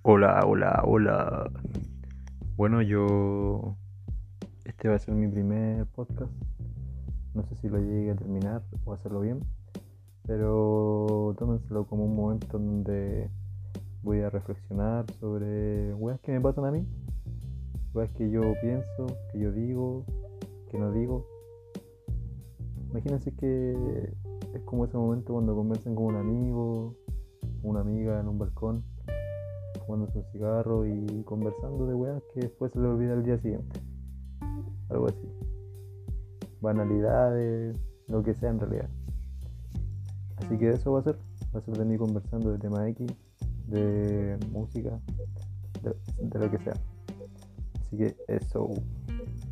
Hola, hola, hola. Bueno, este va a ser mi primer podcast. No sé si lo llegue a terminar o hacerlo bien, pero tómenselo como un momento en donde voy a reflexionar sobre weas que me pasan a mí, weas que yo pienso, que yo digo, que no digo. Imagínense que es como ese momento cuando conversan con un amigo, una amiga en un balcón, fumándose un cigarro y conversando de weas que después se le olvida el día siguiente. Algo así. Banalidades, lo que sea en realidad. Así que eso va a ser de mí conversando de tema X, de música, de lo que sea. Así que eso.